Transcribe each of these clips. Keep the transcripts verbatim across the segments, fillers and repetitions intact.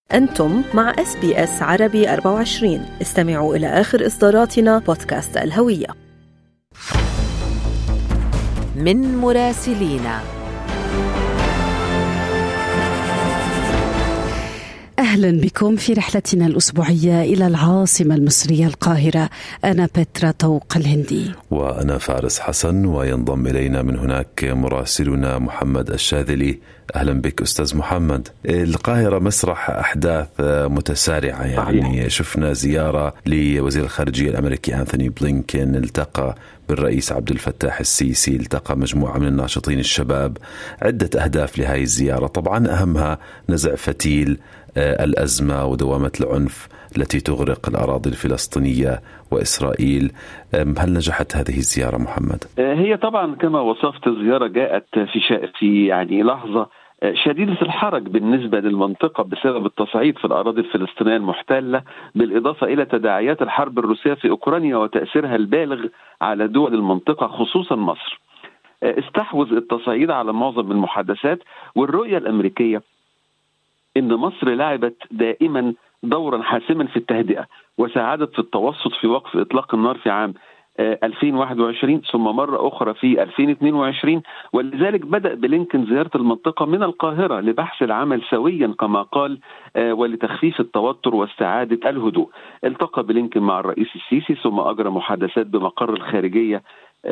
أنتم مع إس بي إس عربي أربعة وعشرين. استمعوا إلى آخر إصداراتنا بودكاست الهوية. من مراسلينا. أهلا بكم في رحلتنا الأسبوعية إلى العاصمة المصرية القاهرة. أنا بترا طوق الهندي وأنا فارس حسن، وينضم إلينا من هناك مراسلنا محمد الشاذلي. أهلا بك أستاذ محمد. القاهرة مسرح أحداث متسارعة، يعني شفنا زيارة لوزير الخارجية الأمريكي أنثوني بلينكين، التقى بالرئيس عبد الفتاح السيسي، التقى مجموعة من الناشطين الشباب. عدة أهداف لهذه الزيارة، طبعا أهمها نزع فتيل الأزمة ودوامة العنف التي تغرق الأراضي الفلسطينية وإسرائيل. هل نجحت هذه الزيارة محمد؟ هي طبعا كما وصفت الزيارة جاءت في شا... في يعني لحظة شديدة الحرج بالنسبة للمنطقة بسبب التصعيد في الأراضي الفلسطينية المحتلة، بالإضافة إلى تداعيات الحرب الروسية في أوكرانيا وتأثيرها البالغ على دول المنطقة خصوصا مصر. استحوذ التصعيد على معظم المحادثات، والرؤية الأمريكية إن مصر لعبت دائما دورا حاسما في التهدئة وساعدت في التوسط في وقف إطلاق النار في عام ألفين وواحد وعشرين ثم مرة أخرى في ألفين واثنين وعشرين. ولذلك بدأ بلينكين زيارة المنطقة من القاهرة لبحث العمل سويا كما قال ولتخفيف التوتر واستعادة الهدوء. التقى بلينكين مع الرئيس السيسي ثم أجرى محادثات بمقر الخارجية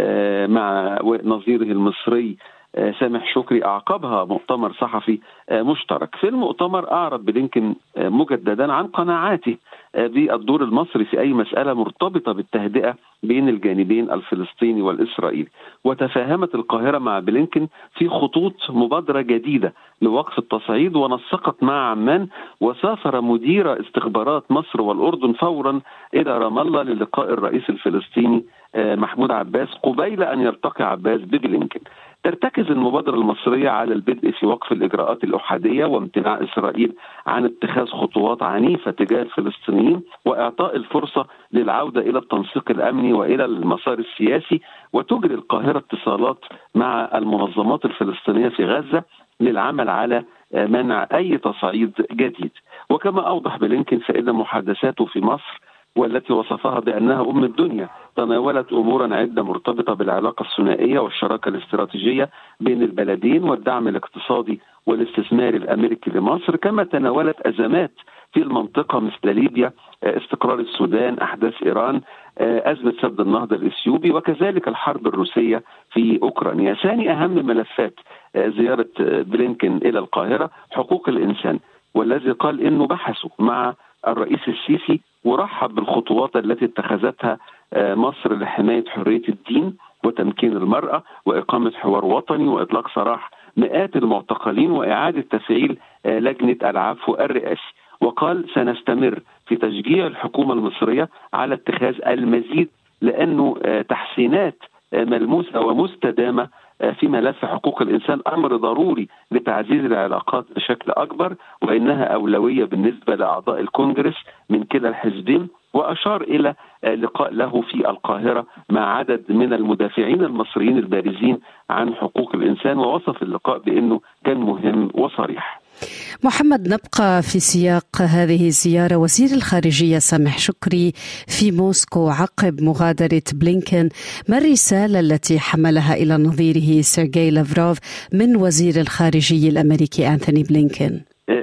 مع نظيره المصري سامح شكري، أعقبها مؤتمر صحفي مشترك. في المؤتمر أعرب بلينكين مجددا عن قناعاته بالدور المصري في أي مسألة مرتبطة بالتهدئة بين الجانبين الفلسطيني والإسرائيلي، وتفاهمت القاهرة مع بلينكين في خطوط مبادرة جديدة لوقف التصعيد، ونسقت مع عمان، وسافر مدير استخبارات مصر والأردن فورا إلى رام الله للقاء الرئيس الفلسطيني محمود عباس قبيل أن يلتقي عباس ببلينكين. ترتكز المبادرة المصرية على البدء في وقف الإجراءات الأحادية وامتناع إسرائيل عن اتخاذ خطوات عنيفة تجاه الفلسطينيين، وإعطاء الفرصة للعودة إلى التنسيق الأمني وإلى المسار السياسي. وتجري القاهرة اتصالات مع المنظمات الفلسطينية في غزة للعمل على منع أي تصعيد جديد. وكما أوضح بلينكين فإن محادثاته في مصر والتي وصفها بأنها أم الدنيا تناولت أمورا عدة مرتبطة بالعلاقة الثنائية والشراكة الاستراتيجية بين البلدين والدعم الاقتصادي والاستثمار الأمريكي لمصر، كما تناولت أزمات في المنطقة مثل ليبيا، استقرار السودان، أحداث إيران، أزمة سد النهضة الإثيوبي، وكذلك الحرب الروسية في أوكرانيا. ثاني أهم ملفات زيارة بلينكين إلى القاهرة حقوق الإنسان، والذي قال إنه بحثوا مع الرئيس السيسي ورحب بالخطوات التي اتخذتها مصر لحماية حرية الدين وتمكين المرأة وإقامة حوار وطني وإطلاق سراح مئات المعتقلين وإعادة تفعيل لجنة العفو الرئاسي. وقال سنستمر في تشجيع الحكومة المصرية على اتخاذ المزيد، لأنه تحسينات ملموسة ومستدامة في ملف حقوق الإنسان أمر ضروري لتعزيز العلاقات بشكل أكبر، وإنها أولوية بالنسبة لأعضاء الكونغرس من كلا الحزبين. وأشار إلى لقاء له في القاهرة مع عدد من المدافعين المصريين البارزين عن حقوق الإنسان، ووصف اللقاء بأنه كان مهم وصريح. محمد، نبقى في سياق هذه الزيارة. وزير الخارجية سامح شكري في موسكو عقب مغادرة بلينكين، ما الرسالة التي حملها إلى نظيره سيرجي لافروف من وزير الخارجية الأمريكي أنثوني بلينكين؟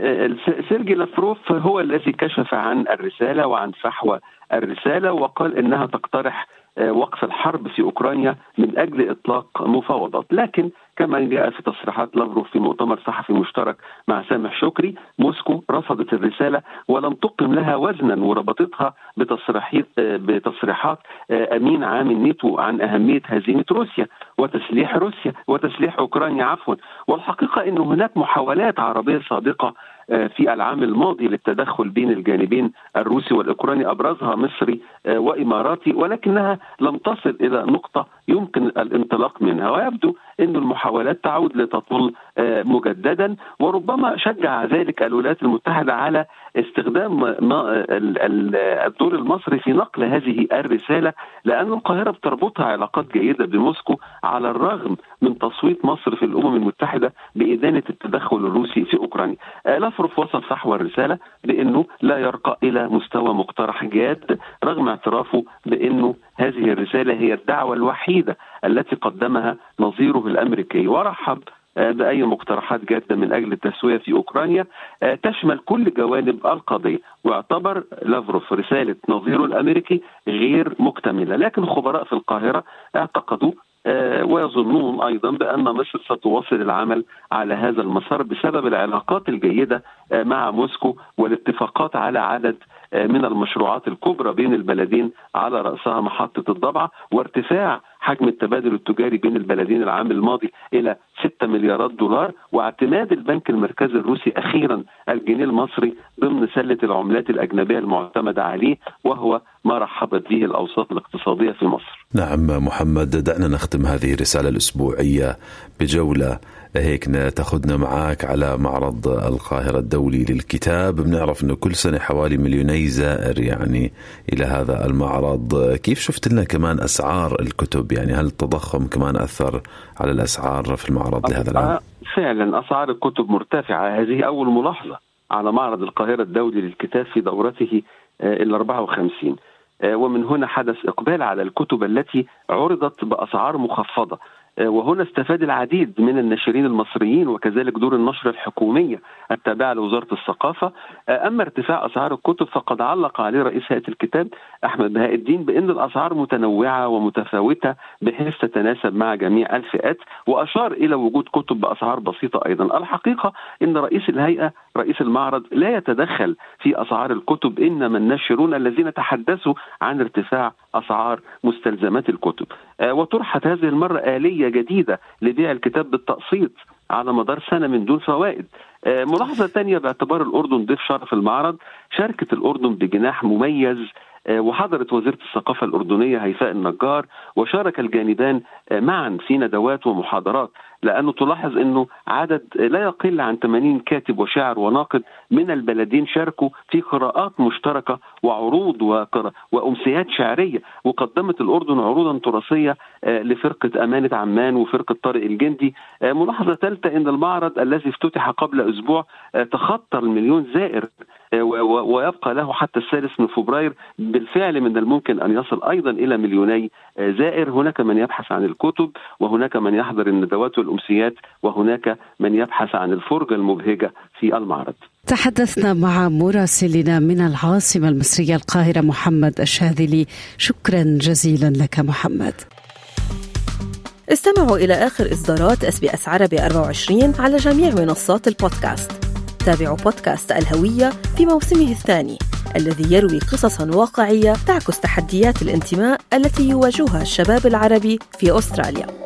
سيرجي لافروف هو الذي كشف عن الرسالة وعن فحوى الرسالة، وقال إنها تقترح وقف الحرب في أوكرانيا من أجل إطلاق مفاوضات. لكن كما جاء في تصريحات لافروف في مؤتمر صحفي مشترك مع سامح شكري، موسكو رفضت الرسالة ولم تقم لها وزنا، وربطتها بتصريحات بتصريحات أمين عام الناتو عن أهمية هزيمة روسيا وتسليح روسيا وتسليح أوكرانيا عفوا. والحقيقة أن هناك محاولات عربية سابقة في العام الماضي للتدخل بين الجانبين الروسي والأوكراني، أبرزها مصري وإماراتي، ولكنها لم تصل إلى نقطة يمكن الانطلاق منها. ويبدو أن المحاولات تعود لتطول مجددا، وربما شجع ذلك الولايات المتحدة على استخدام الدور المصري في نقل هذه الرسالة، لأن القاهرة بتربطها علاقات جيدة بموسكو على الرغم من تصويت مصر في الأمم المتحدة بإدانة التدخل الروسي في أوكرانيا. أوكرانيا. لافروف وصف فحوى الرسالة بأنه لا يرقى إلى مستوى مقترح جاد رغم اعترافه بأنه هذه الرسالة هي الدعوة الوحيدة التي قدمها نظيره الأمريكي، ورحب بأي مقترحات جادة من أجل التسوية في أوكرانيا تشمل كل جوانب القضية. واعتبر لافروف رسالة نظيره الأمريكي غير مكتملة، لكن خبراء في القاهرة اعتقدوا ويظنون أيضا بأن مصر ستواصل العمل على هذا المسار بسبب العلاقات الجيدة مع موسكو والاتفاقات على عدد من المشروعات الكبرى بين البلدين على رأسها محطة الضبعة، وارتفاع حجم التبادل التجاري بين البلدين العام الماضي إلى ستة مليارات دولار، واعتماد البنك المركزي الروسي أخيرا الجنيه المصري ضمن سلة العملات الأجنبية المعتمدة عليه، وهو ما رحبت به الأوساط الاقتصادية في مصر. نعم محمد، دعنا نختم هذه الرسالة الأسبوعية بجولة هيك تاخذنا معاك على معرض القاهرة الدولي للكتاب. بنعرف أنه كل سنة حوالي مليوني زائر يعني إلى هذا المعرض. كيف شفت لنا كمان أسعار الكتب؟ يعني هل التضخم كمان أثر على الأسعار في المعرض لهذا العام؟ فعلا أسعار الكتب مرتفعة. هذه أول ملاحظة على معرض القاهرة الدولي للكتاب في دورته الأربعة وخمسين، ومن هنا حدث إقبال على الكتب التي عرضت بأسعار مخفضة، وهنا استفاد العديد من الناشرين المصريين وكذلك دور النشر الحكومية التابعة لوزارة الثقافة. أما ارتفاع أسعار الكتب فقد علق عليه رئيس هيئة الكتاب أحمد بهاء الدين بأن الأسعار متنوعة ومتفاوتة بحيث تتناسب مع جميع الفئات، وأشار إلى وجود كتب بأسعار بسيطة أيضا. الحقيقة أن رئيس الهيئة رئيس المعرض لا يتدخل في أسعار الكتب، إنما الناشرون الذين تحدثوا عن ارتفاع أسعار مستلزمات الكتب. وطرحت هذه المرة آلية جديدة لبيع الكتاب بالتقسيط على مدار سنة من دون فوائد. ملاحظة تانية باعتبار الأردن ضيف شرف المعرض، شاركت الأردن بجناح مميز، وحضرت وزيرة الثقافة الأردنية هيفاء النجار، وشارك الجانبان معا في ندوات ومحاضرات، لأنه تلاحظ أنه عدد لا يقل عن ثمانين كاتب وشاعر وناقد من البلدين شاركوا في قراءات مشتركة وعروض وقراء وأمسيات شعرية. وقدمت الأردن عروضا تراثية لفرقة أمانة عمان وفرقة طارق الجندي. ملاحظة ثالثة أن المعرض الذي افتتح قبل أسبوع تخطى المليون زائر، ويبقى له حتى الثالث من فبراير بالفعل من الممكن أن يصل أيضا إلى مليوني زائر. هناك من يبحث عن الكتب، وهناك من يحضر الندوات والأمسيات، وهناك من يبحث عن الفرجة المبهجة في المعرض. تحدثنا مع مراسلنا من العاصمة المصرية القاهرة محمد الشاذلي. شكرا جزيلا لك محمد. استمعوا إلى آخر إصدارات إس بي إس عربي أربعة وعشرين على جميع منصات البودكاست. تابعوا بودكاست الهوية في موسمه الثاني الذي يروي قصصا واقعية تعكس تحديات الانتماء التي يواجهها الشباب العربي في أستراليا.